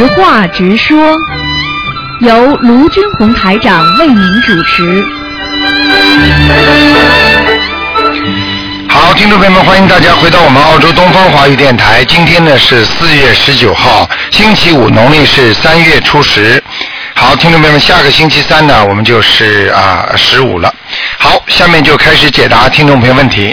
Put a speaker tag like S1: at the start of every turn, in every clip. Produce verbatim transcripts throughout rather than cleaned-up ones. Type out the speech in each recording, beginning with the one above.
S1: 话直说，由卢军红台长为您主持。
S2: 好，听众朋友们，欢迎大家回到我们澳洲东方华语电台。今天呢是四月十九号，星期五，农历是三月初十。好，听众朋友们，下个星期三呢，我们就是啊十五了。好，下面就开始解答听众朋友问题。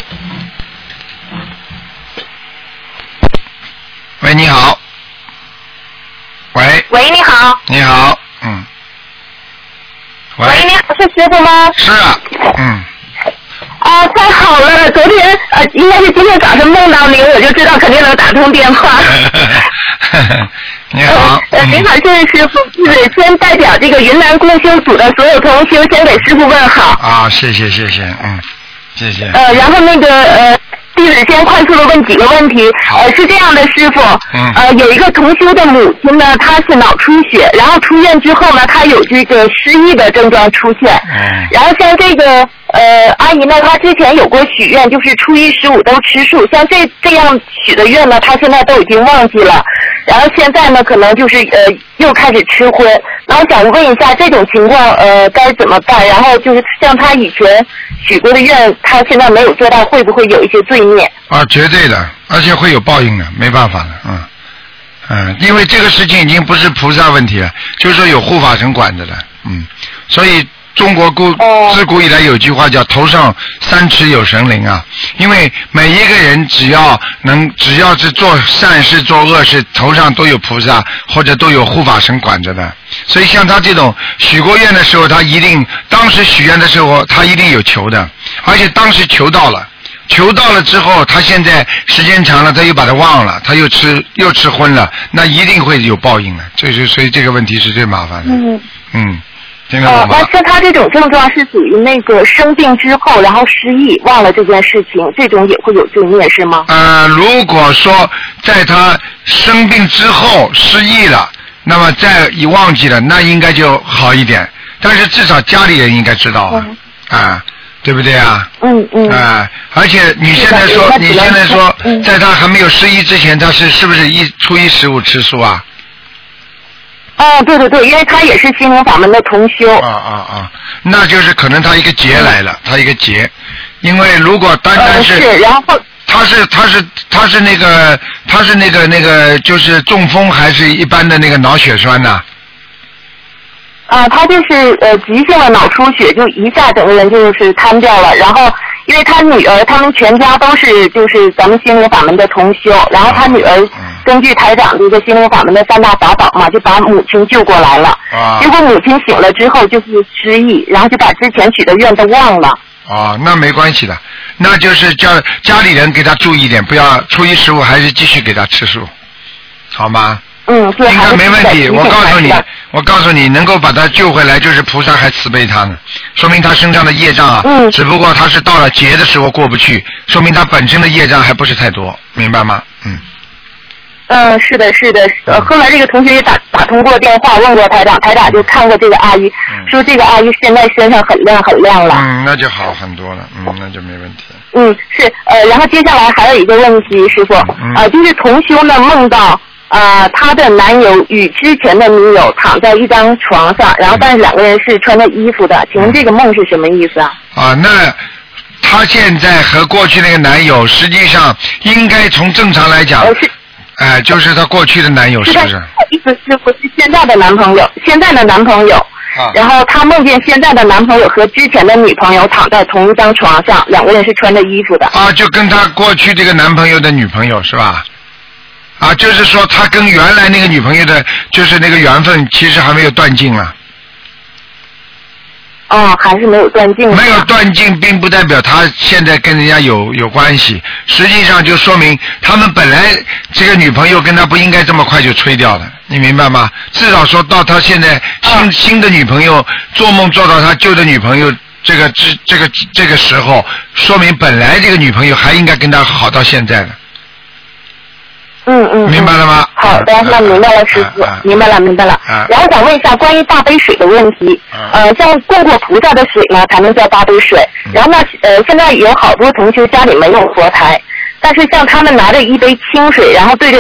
S2: 喂，你好。喂。
S3: 喂，你好。
S2: 你好，嗯。喂，
S3: 喂你好，是师傅吗？
S2: 是啊，嗯。
S3: 啊，太好了！昨天呃，应该是今天早上梦到您，我就知道肯定能打通电话。
S2: 你好。
S3: 呃，您好，这位师傅，是先代表这个云南共修组的所有同修，先给师傅问好。
S2: 啊，谢谢谢谢，嗯，谢谢。
S3: 呃，然后那个呃。弟子先快速的问几个问题，呃，是这样的，师傅，嗯，呃，有一个同修的母亲呢，她是脑出血，然后出院之后呢，她有这个失忆的症状出现，嗯，然后像这个呃阿姨呢，她之前有过许愿，就是初一十五都吃素，像这这样许的愿呢，她现在都已经忘记了，然后现在呢，可能就是呃又开始吃荤，那我想问一下，这种情况呃该怎么办？然后就是像她以前许过的愿，她现在没有做到，会不会有一些罪孽？
S2: 啊，绝对的，而且会有报应的，没办法的，嗯，嗯，因为这个事情已经不是菩萨问题了，就是说有护法神管着的，嗯，所以中国古自古以来有句话叫头上三尺有神灵啊，因为每一个人只要能只要是做善事做恶事，头上都有菩萨或者都有护法神管着的，所以像他这种许过愿的时候，他一定当时许愿的时候他一定有求的，而且当时求到了。求到了之后，他现在时间长了，他又把它忘了，他又吃又吃荤了，那一定会有报应的。这就所以这个问题是最麻烦的。嗯嗯，听得懂吗？
S3: 呃，那像他这种症状是属于那个生病之后，然后失忆忘了这件事情，这种也会有罪孽是吗？
S2: 呃，如果说在他生病之后失忆了，那么再一忘记了，那应该就好一点。但是至少家里人应该知道啊。嗯啊对不对啊？
S3: 嗯嗯。
S2: 啊、呃，而且你现在说，你现在说，在他还没有失忆之前，他是是不是一初一十五吃素啊？
S3: 哦，对对对，因为他也是心灵法门的同修。
S2: 啊啊啊！那就是可能他一个劫来了，他一个劫，因为如果单单是，
S3: 呃、是然后
S2: 他是他是他是那个他是那个那个就是中风还是一般的那个脑血栓呐、啊？
S3: 啊，他就是呃急性的脑出血，就一下整个人就是瘫掉了。然后，因为他女儿他们全家都是就是咱们心灵法门的同修，然后他女儿根据台长这个心灵法门的三大法宝嘛，就把母亲救过来了。啊。结果母亲醒了之后就是失忆，然后就把之前许的愿都忘了。
S2: 哦，那没关系的，那就是叫家里人给他注意一点，不要初一十五还是继续给他吃素，好吗？
S3: 嗯，对，
S2: 应该没问题。我告诉你，我告诉你，能够把他救回来，就是菩萨还慈悲他呢，说明他身上的业障啊，嗯，只不过他是到了劫的时候过不去，说明他本身的业障还不是太多，明白吗？嗯。
S3: 嗯，是的，是的。呃，后来这个同学也打打通过电话问过台长，台长就看过这个阿姨，嗯、说这个阿姨现在身上很亮很亮了。
S2: 嗯，那就好很多了，嗯，那就没问题。
S3: 嗯，是呃，然后接下来还有一个问题，师傅，嗯、呃，就是同修呢梦到。呃，她的男友与之前的女友躺在一张床上，然后但是两个人是穿着衣服的，请问这个梦是什么意思啊？
S2: 啊，那她现在和过去那个男友，实际上应该从正常来讲，哎、呃，就是她过去的男友，是不是？
S3: 意思是不是现在的男朋友？现在的男朋友。啊、然后她梦见现在的男朋友和之前的女朋友躺在同一张床上，两个人是穿着衣服的。
S2: 啊，就跟她过去这个男朋友的女朋友是吧？啊，就是说他跟原来那个女朋友的，就是那个缘分，其实还没有断尽啊。
S3: 哦，还是没有断尽。
S2: 没有断尽，并不代表他现在跟人家有有关系，实际上就说明他们本来这个女朋友跟他不应该这么快就吹掉的，你明白吗？至少说到他现在新、啊、新的女朋友做梦做到他旧的女朋友这个这这个这个时候，说明本来这个女朋友还应该跟他好到现在的。
S3: 嗯嗯，
S2: 明白了吗？
S3: 好的，那明白了，师傅，明白了，明白了。然后想问一下关于大杯水的问题，呃，像供过菩萨的水呢，才能叫大杯水。然后呢，呃，现在有好多同学家里没有佛台，但是像他们拿着一杯清水，然后对着这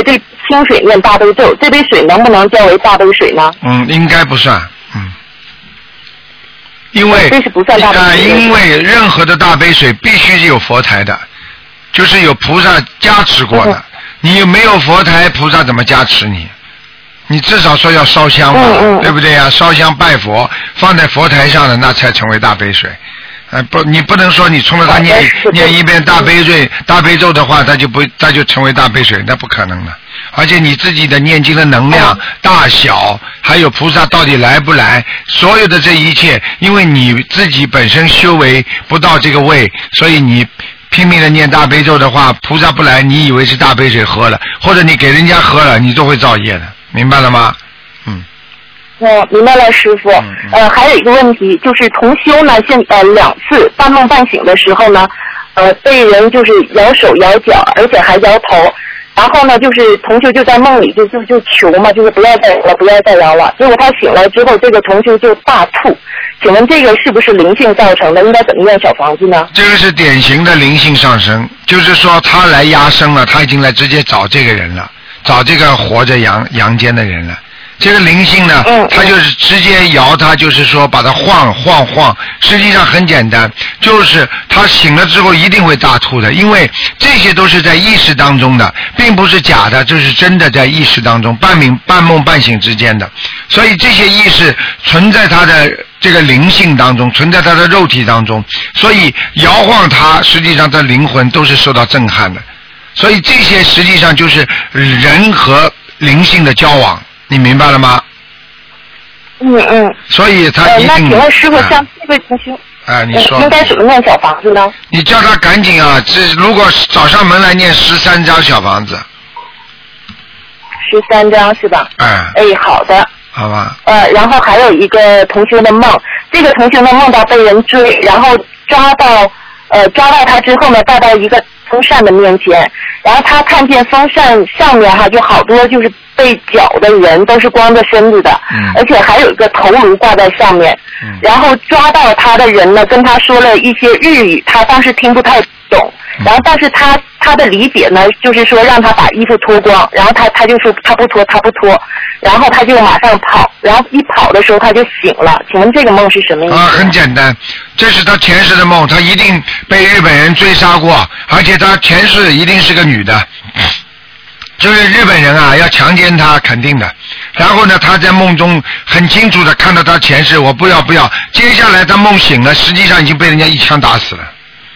S3: 清水念大悲咒，这杯水能不能叫为大杯水呢？
S2: 嗯，应该不算，嗯，因为
S3: 这是不算大杯水。
S2: 啊、呃，因为任何的大杯水必须是有佛台的，就是有菩萨加持过的。嗯、你没有佛台，菩萨怎么加持你？你至少说要烧香嘛，
S3: 嗯嗯
S2: 对不对呀？烧香拜佛，放在佛台上的那才成为大杯水。呃，不，你不能说你冲着他念念一遍大悲咒，大悲咒的话，他就不，他就成为大杯水，那不可能的。而且你自己的念经的能量大小，还有菩萨到底来不来，所有的这一切，因为你自己本身修为不到这个位，所以你拼命的念大悲咒的话，菩萨不来，你以为是大杯水喝了，或者你给人家喝了，你都会造业的。明白了吗？嗯。
S3: 哦，明白了，师傅。嗯嗯、呃，还有一个问题，就是同修呢，现呃两次半梦半醒的时候呢，呃被人就是摇手摇脚，而且还摇头，然后呢，就是同修就在梦里就就就求嘛，就是不要再摇了，不要再摇了。结果他醒来之后，这个同修就大吐。请问这个是不是灵性造成的？应该怎么念小房子呢？
S2: 这个是典型的灵性上升，就是说他来压生了，他已经来直接找这个人了。找这个活着阳阳间的人了，这个灵性呢，
S3: 嗯、
S2: 他就是直接摇他，就是说把他晃晃晃。实际上很简单，就是他醒了之后一定会大吐的，因为这些都是在意识当中的，并不是假的，这是真的在意识当中，半明半梦半醒之间的。所以这些意识存在他的这个灵性当中，存在他的肉体当中，所以摇晃他，实际上他灵魂都是受到震撼的。所以这些实际上就是人和灵性的交往，你明白了吗？
S3: 嗯嗯。
S2: 所以他一定。呃、
S3: 那请问师傅，像这位同学，
S2: 哎、呃，你说、
S3: 呃、应该怎么念小房子呢？
S2: 你叫他赶紧啊！这如果找上门来念十三张小房子。
S3: 十三张是吧？
S2: 哎。
S3: 哎，好的。
S2: 好吧。
S3: 呃，然后还有一个同学的梦，这个同学呢梦到被人追，然后抓到呃抓到他之后呢，带到一个风扇的面前，然后他看见风扇上面哈就好多就是被绞的人，都是光着身子的，
S2: 嗯、
S3: 而且还有一个头颅挂在上面，
S2: 嗯、
S3: 然后抓到他的人呢跟他说了一些日语，他当时听不太懂，然后但是他他的理解呢就是说让他把衣服脱光，然后他他就说他不脱他不脱，然后他就马上跑，然后一跑的时候他就醒了。请问这个梦是什么意思？
S2: 啊，很简单，这是他前世的梦，他一定被日本人追杀过，而且他前世一定是个女的，就是日本人啊要强奸他，肯定的。然后呢，他在梦中很清楚的看到他前世，我不要不要，接下来他梦醒了，实际上已经被人家一枪打死了。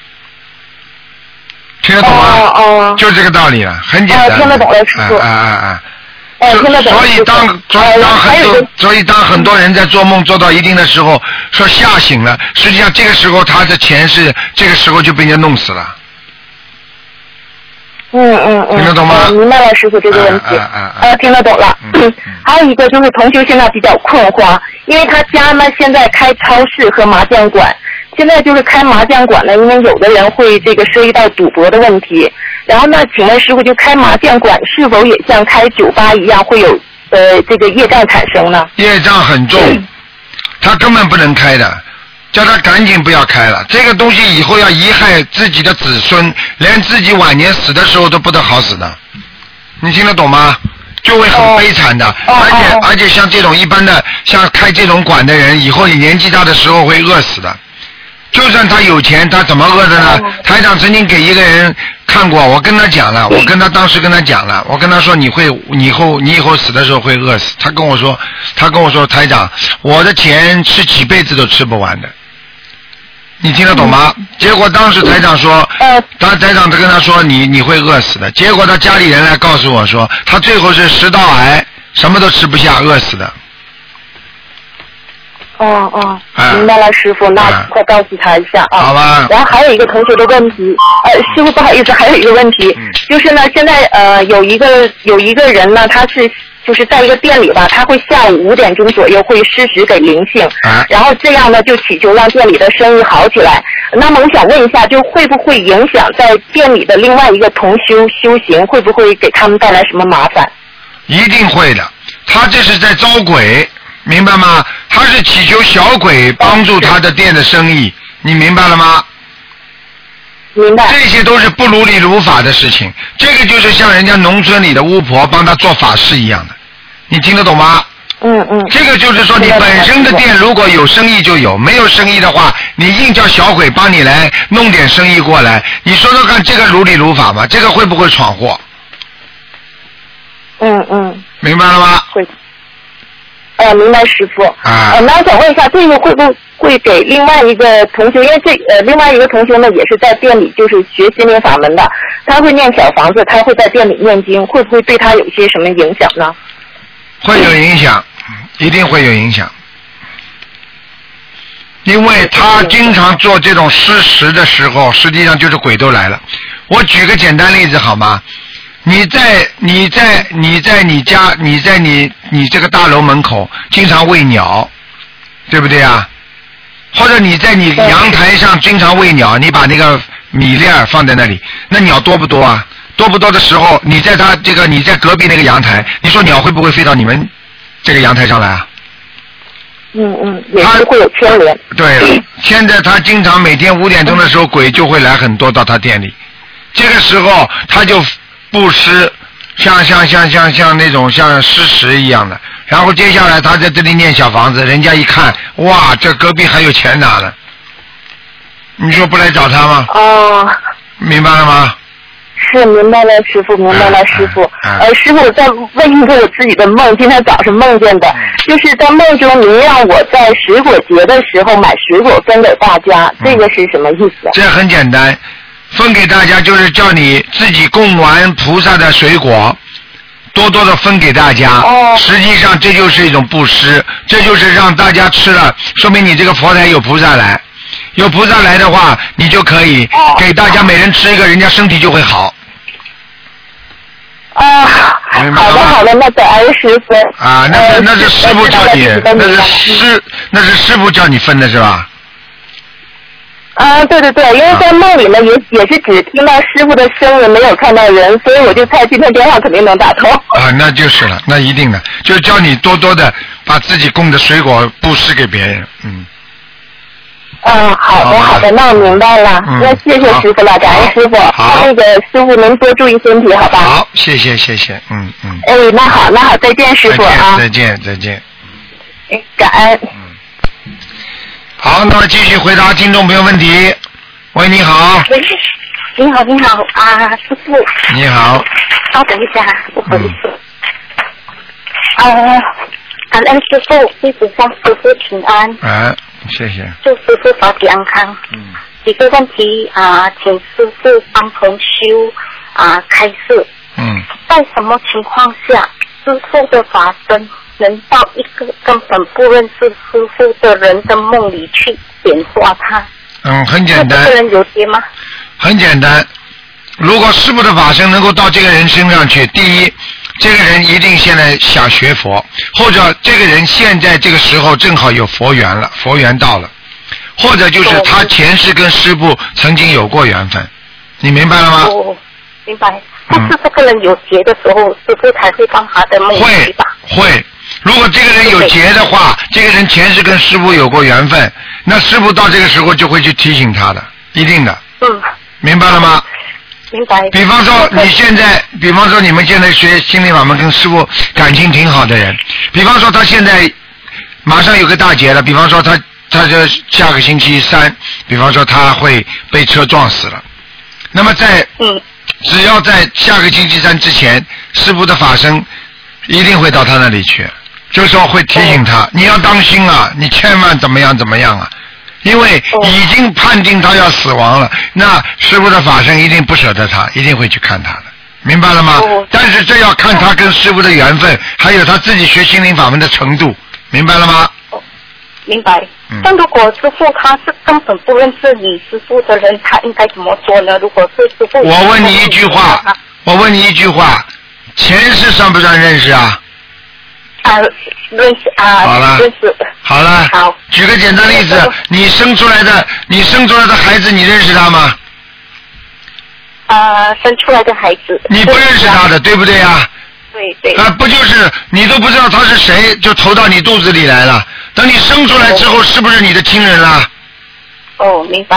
S2: 听得懂吗？
S3: 哦哦，
S2: 就这个道理了，很简单。
S3: 哦，听得懂了，师傅。
S2: 啊啊啊！
S3: 哦，听得懂了。
S2: 所以当所以当很多所以当很多人在做梦做到一定的时候，说吓醒了，实际上这个时候他的前世这个时候就被人家弄死了。
S3: 嗯嗯嗯。
S2: 听得懂吗？
S3: 明白了，师傅这个问题。
S2: 啊啊啊！
S3: 呃，听得懂了。
S2: 嗯嗯、
S3: 还有一个就是同学现在比较困惑，因为他家呢现在开超市和麻将馆。现在就是开麻将馆呢，因为有的人会这个涉及到赌博的问题。然后呢，请问师傅，就开麻将馆是否也像开酒吧一样会有呃这个业障产生呢？
S2: 业障很重，嗯、他根本不能开的，叫他赶紧不要开了。这个东西以后要贻害自己的子孙，连自己晚年死的时候都不得好死的。你听得懂吗？就会很悲惨的，
S3: 哦、
S2: 而且、
S3: 哦、
S2: 而且像这种一般的，像开这种馆的人，以后你年纪大的时候会饿死的。就算他有钱，他怎么饿的呢？台长曾经给一个人看过，我跟他讲了，我跟他当时跟他讲了，我跟他说你会，你以后你以后死的时候会饿死。他跟我说，他跟我说台长，我的钱吃几辈子都吃不完的。你听得懂吗？嗯、结果当时台长说，他台长他跟他说你你会饿死的。结果他家里人来告诉我说，他最后是食道癌，什么都吃不下，饿死的。
S3: 哦哦，明白了，师傅，那快告诉他一下啊。
S2: 好吧。
S3: 然后还有一个同学的问题，呃，师傅不好意思，还有一个问题，嗯、就是呢，现在呃有一个有一个人呢，他是就是在一个店里吧，他会下午五点钟左右会施食给灵性，
S2: 啊、
S3: 然后这样呢就祈求让店里的生意好起来。那么我想问一下，就会不会影响在店里的另外一个同修修行，会不会给他们带来什么麻烦？
S2: 一定会的，他这是在招鬼。明白吗？他是祈求小鬼帮助他的店的生意，你明白了吗？
S3: 明白。
S2: 这些都是不如理如法的事情，这个就是像人家农村里的巫婆帮他做法事一样的，你听得懂吗？
S3: 嗯嗯。
S2: 这个就是说，你本身的店如果有生意就有，没有生意的话，你硬叫小鬼帮你来弄点生意过来，你说说看，这个如理如法吗？这个会不会闯祸？
S3: 嗯嗯。
S2: 明白了吗？
S3: 会。呃，明白师傅。
S2: 啊。
S3: 呃，那我想问一下，这个会不会给另外一个同学？因为这呃，另外一个同学呢，也是在店里就是学心灵法门的，他会念小房子，他会在店里念经，会不会对他有一些什么影响呢？
S2: 会有影响，一定会有影响，因为他经常做这种施食的时候，实际上就是鬼都来了。我举个简单例子好吗？你在你在你在你家你在你你这个大楼门口经常喂鸟，对不对啊？或者你在你阳台上经常喂鸟，你把那个米粒儿放在那里，那鸟多不多啊？多不多的时候，你在他这个你在隔壁那个阳台，你说鸟会不会飞到你们这个阳台上来啊？
S3: 嗯嗯，也是会有牵连。
S2: 对，现在他经常每天五点钟的时候，鬼就会来很多到他店里，这个时候他就布施，像像像像像那种像施食一样的，然后接下来他在这里念小房子，人家一看，哇，这隔壁还有钱拿呢，你说不来找他吗？
S3: 哦。
S2: 明白了吗？
S3: 是明白了，师傅，明白了，师傅。
S2: 嗯嗯、
S3: 呃，师傅，我再问一个我自己的梦，今天早上梦见的，就是在梦中您让我在水果节的时候买水果分给大家，这个是什么意思？
S2: 这很简单，分给大家就是叫你自己供完菩萨的水果，多多的分给大家。
S3: 哦。
S2: 实际上这就是一种布施，这就是让大家吃了，说明你这个佛台有菩萨来。有菩萨来的话，你就可以给大家每人吃一个，人家身体就会好。
S3: 啊，好的好的，那感恩师傅。
S2: 啊，那是那是师傅叫你，那是师那是师傅叫你分的是吧？
S3: 啊，对对对，因为在梦里呢，也也是只听到师傅的声音，没有看到人，所以我就猜今天电话肯定能打通。
S2: 啊，那就是了，那一定的，就叫你多多的把自己供的水果布施给别人，嗯。
S3: 嗯，好的好的，那我明白了。嗯、那谢谢师傅了，感恩师傅。
S2: 好，
S3: 那个师傅您多注意身体，好吧？
S2: 好，谢谢谢谢，嗯嗯。
S3: 哎，那好那好，再见师傅啊！
S2: 再见再见。
S3: 哎，感恩。
S2: 嗯。好，那么继续回答听众朋友问题。喂，你好。
S4: 喂，你好你好啊，师傅。
S2: 你好。
S4: 稍等一下，不好意思。呃，感恩师傅，弟子向师傅请安。
S2: 哎。谢谢。
S4: 祝师傅法体安康。
S2: 嗯。
S4: 几个问题啊、呃，请师傅帮同修啊、呃、开示。
S2: 嗯。
S4: 在什么情况下，师傅的法身能到一个根本不认识师傅的人的梦里去点化他？
S2: 嗯，很简单。
S4: 这个人有结吗？
S2: 很简单，如果师父的法身能够到这个人身上去，第一，这个人一定现在想学佛，或者这个人现在这个时候正好有佛缘了，佛缘到了，或者就是他前世跟师父曾经有过缘分，你明白了吗？
S4: 哦，明白。但是这个人有结的时候，师父才会帮他的梦里吧？
S2: 会会。如果这个人有结的话，这个人前世跟师父有过缘分，那师父到这个时候就会去提醒他的，一定的。
S4: 嗯。
S2: 明白了吗？
S4: 明白。
S2: 比方说你现在，比方说你们现在学心灵法门跟师父感情挺好的人，比方说他现在马上有个大劫了，比方说他他这下个星期三，比方说他会被车撞死了，那么在
S4: 嗯，
S2: 只要在下个星期三之前，师父的法身一定会到他那里去，就是说会提醒他，你要当心啊，你千万怎么样怎么样啊。因为已经判定他要死亡了，那师父的法身一定不舍得他，一定会去看他的，明白了吗？但是这要看他跟师父的缘分，还有他自己学心灵法门的程度，明白了吗？
S4: 明白。嗯、但如果师父他是根本不认识你师父的人，他应该怎么做呢？如果是师父，
S2: 我问你一句话，我问你一句话，前世算不算认识啊？
S4: 啊，认识啊，
S2: 好了，
S4: 认识。
S2: 好了，
S4: 好。
S2: 举个简单例子，你生出来的，你生出来的孩子，你认识他吗？
S4: 啊，生出来的孩子。
S2: 你不认识他的，对不对呀？
S4: 对对。
S2: 啊，不就是你都不知道他是谁，就投到你肚子里来了。等你生出来之后，是不是你的亲人啦？
S4: 哦，明白。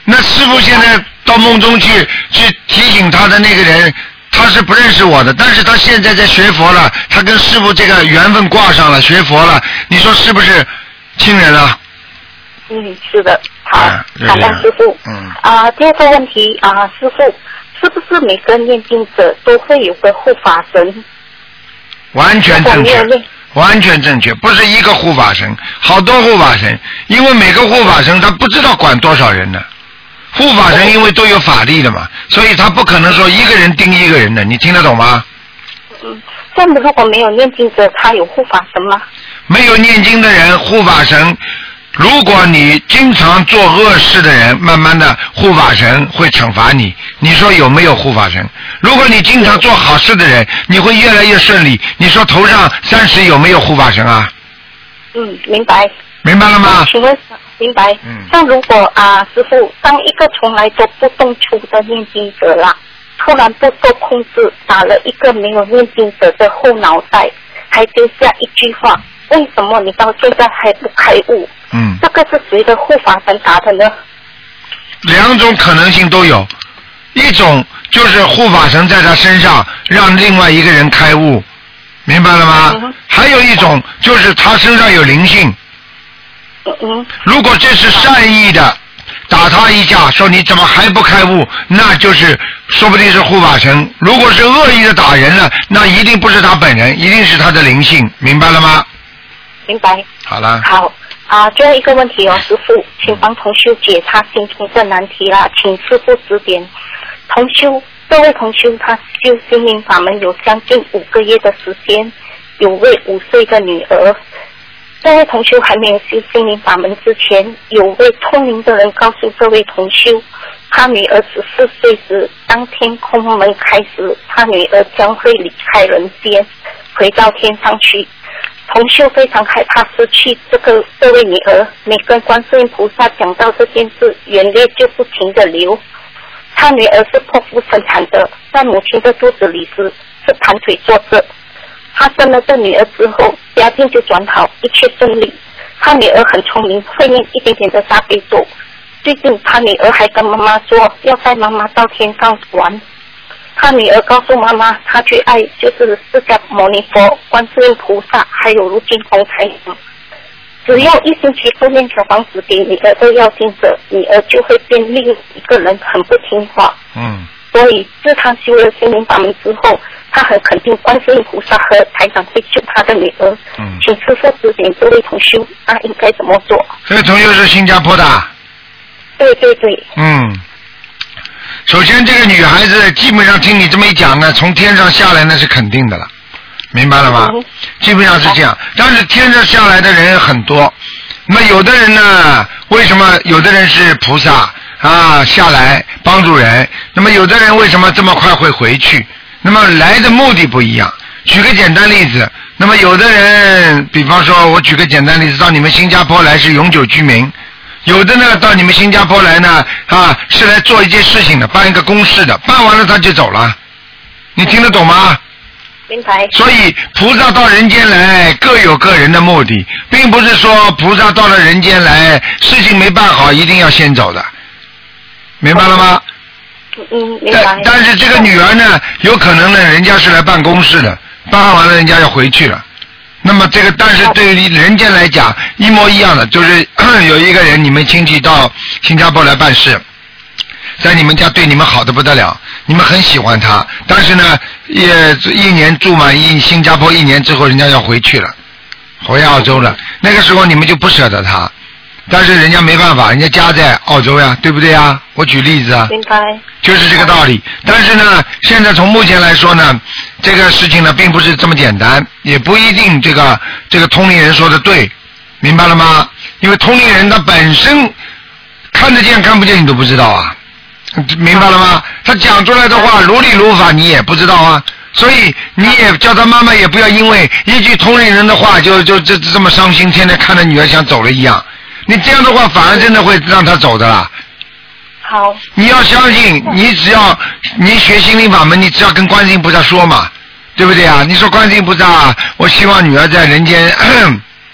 S2: 那师父现在到梦中去去提醒他的那个人，他是不认识我的，但是他现在在学佛了，他跟师父这个缘分挂上了，学佛了，你说是不是亲人啊？
S4: 嗯，是的。好，
S2: 啊、
S4: 感恩师父。
S2: 嗯。
S4: 啊，第二个问题啊，师父，是不是每个念经者都会有个护法神？
S2: 完全正确，完全正确，不是一个护法神，好多护法神，因为每个护法神他不知道管多少人呢。护法神因为都有法力的嘛，所以他不可能说一个人盯一个人的，你听得懂吗？
S4: 嗯，这样如果没有念经者，他有护法神吗？
S2: 没有念经的人，护法神，如果你经常做恶事的人，慢慢的护法神会惩罚你。你说有没有护法神？如果你经常做好事的人，你会越来越顺利。你说头上三十有没有护法神啊？
S4: 嗯，明白。
S2: 明白了吗？
S4: 请问，明白。嗯。像如果啊，师父，当一个从来都不动粗的念经者啦，突然不受控制，打了一个没有念经者的后脑袋，还丢下一句话：为什么你到现在还不开悟？
S2: 嗯。
S4: 这个是谁的护法神打的呢？
S2: 两种可能性都有，一种就是护法神在他身上让另外一个人开悟，明白了吗？嗯、还有一种就是他身上有灵性。
S4: 嗯，
S2: 如果这是善意的打他一下说你怎么还不开悟，那就是说不定是护法神。如果是恶意的打人了，那一定不是他本人，一定是他的灵性，明白了吗？
S4: 明白。
S2: 好了。
S4: 好啊，最后一个问题哦，师父，请帮同修解他心中的难题啦，请师父指点。同修，这位同修他修心灵法门有将近五个月的时间，有位五岁的女儿。这位同修还没有修心灵法门之前，有位通灵的人告诉这位同修，他女儿十四岁时，当天空门开时，他女儿将会离开人间，回到天上去。同修非常害怕失去这个这位女儿，每跟观世音菩萨讲到这件事，眼泪就不停地流。他女儿是剖腹生产的，在母亲的肚子里时是盘腿坐着。他生了这女儿之后，家境就转好，一切顺利。他女儿很聪明，会念一点点的大悲咒。最近他女儿还跟妈妈说要带妈妈到天上玩。他女儿告诉妈妈，她最爱就是释迦牟尼佛、观世音菩萨，还有如金红台长。只要一星期不念小房子给女儿的要经者，女儿就会变另一个人，很不听话。
S2: 嗯。
S4: 所以自他修了心灵法门之后，他很肯定观世音菩萨和台长会救他的女儿。嗯。请师父指点这位同修，他应该怎么做？
S2: 这位同修是新加坡的。
S4: 对对对。
S2: 嗯。首先，这个女孩子基本上听你这么一讲呢，从天上下来那是肯定的了，明白了吗？嗯、基本上是这样，但是天上下来的人很多。那么有的人呢，为什么有的人是菩萨啊下来帮助人？那么有的人为什么这么快会回去？那么来的目的不一样。举个简单例子，那么有的人，比方说我举个简单例子，到你们新加坡来是永久居民。有的呢，到你们新加坡来呢，啊，是来做一件事情的，办一个公事的，办完了他就走了，你听得懂吗？
S4: 明白。
S2: 所以菩萨到人间来各有各人的目的，并不是说菩萨到了人间来事情没办好一定要先走的，明白了吗？
S4: 嗯，明白。
S2: 但但是这个女儿呢，有可能呢，人家是来办公事的，办完了人家要回去了。那么这个，但是对于人间来讲，一模一样的，就是有一个人，你们亲戚到新加坡来办事，在你们家对你们好的不得了，你们很喜欢他，但是呢，也一年住满一新加坡一年之后，人家要回去了，回澳洲了，那个时候你们就不舍得他，但是人家没办法，人家家在澳洲呀，对不对呀？我举例子啊，
S4: 明白，
S2: 就是这个道理。但是呢，现在从目前来说呢，这个事情呢并不是这么简单，也不一定这个这个通灵人说的对，明白了吗？因为通灵人他本身看得见看不见你都不知道啊，明白了吗？他讲出来的话如理如法你也不知道啊，所以你也叫他妈妈也不要因为一句通灵人的话就就这这么伤心，天天看着女儿想走了一样，你这样的话反而真的会让他走的啦。
S4: 好，
S2: 你要相信，你只要你学心灵法门，你只要跟观世音菩萨说嘛，对不对啊？你说观世音菩萨，我希望女儿在人间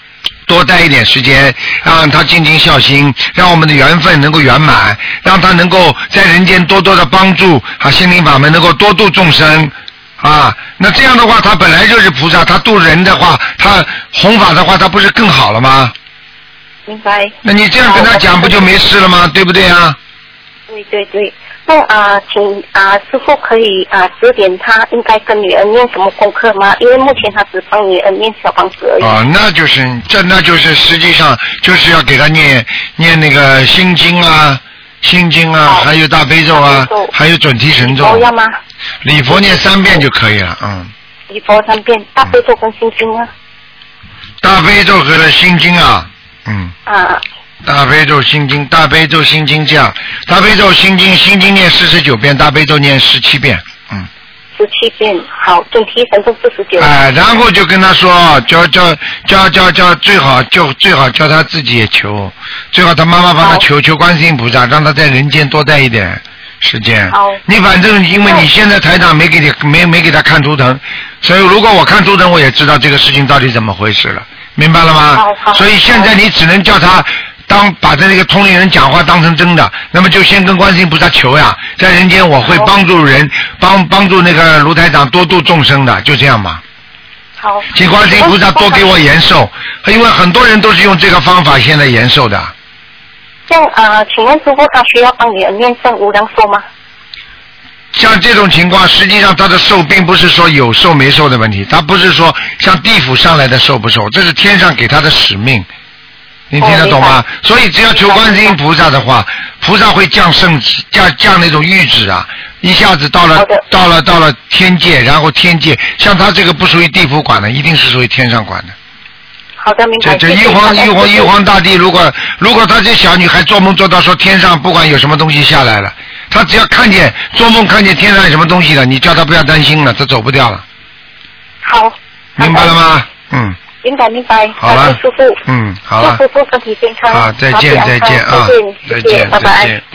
S2: 多待一点时间，让他尽尽孝心，让我们的缘分能够圆满，让他能够在人间多多的帮助啊，心灵法门能够多度众生啊。那这样的话，他本来就是菩萨，他度人的话，他弘法的话，他不是更好了吗？
S4: 明白。
S2: 那你这样跟他讲，不就没事了吗？对不对啊？
S4: 对对对。那啊、呃，请啊、呃、师父可以啊、呃、指点他应该跟女儿念什么功课吗？因为目前他只帮女儿念小房子而已。
S2: 哦，那就是这，那就是实际上就是要给他念念那个心经啊、心经啊，还有大悲咒啊，还有准提神咒。
S4: 要吗？
S2: 礼佛念三遍就可以了，嗯。
S4: 礼佛三遍，大悲咒跟心经啊。
S2: 大悲咒和心经啊，嗯。
S4: 啊。
S2: 大悲咒心经，大悲咒心经这样，大悲咒心经，心经念四十九遍，大悲咒念十七遍，嗯。
S4: 十七遍，好，准提神咒四十九。
S2: 哎，然后就跟他说，叫叫叫叫叫，最好就最好叫他自己也求，最好他妈妈帮他求求观世音菩萨，让他在人间多待一点时间。
S4: 好。
S2: 你反正因为你现在台长没给你没没给他看图腾，所以如果我看图腾，我也知道这个事情到底怎么回事了，明白了吗？
S4: 好好。
S2: 所以现在你只能叫他。当把这个通灵人讲话当成真的，那么就先跟观世音菩萨求呀，在人间我会帮助人，帮帮助那个卢台长多度众生的，就这样吧。
S4: 好。
S2: 请观世音菩萨多给我延寿，因为很多人都是用这个方法现在延寿的。
S4: 这样啊、呃，请问师父，他需要帮女儿念圣无量寿吗？
S2: 像这种情况，实际上他的寿并不是说有寿没寿的问题，他不是说像地府上来的寿不寿，这是天上给他的使命。你听得懂吗？哦、所以只要求观世音菩萨的话，菩萨会降圣旨，降降那种谕旨啊，一下子到了到了到了天界，然后天界像他这个不属于地府管的，一定是属于天上管的。
S4: 好的，明白。
S2: 这这玉皇玉皇玉皇大帝，如果如果他这小女孩做梦做到说天上不管有什么东西下来了，她只要看见做梦看见天上有什么东西了，你叫她不要担心了，她走不掉了。
S4: 好。
S2: 明白了吗？嗯。
S4: 明白明白，
S2: 好了，
S4: 师傅，
S2: 嗯，好了，
S4: 祝师傅身体健康，
S2: 啊，再见再见啊，再见
S4: 拜拜。
S2: 嗯。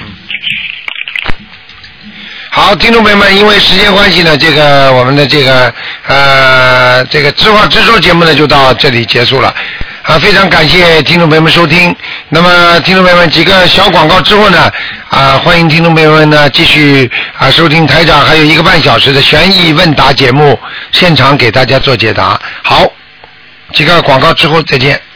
S2: 好，听众朋友们，因为时间关系呢，这个我们的这个呃这个知话直说节目呢就到这里结束了。啊，非常感谢听众朋友们收听。那么，听众朋友们几个小广告之后呢，啊，欢迎听众朋友们呢继续啊收听台长还有一个半小时的悬疑问答节目，现场给大家做解答。好。几个广告之后再见。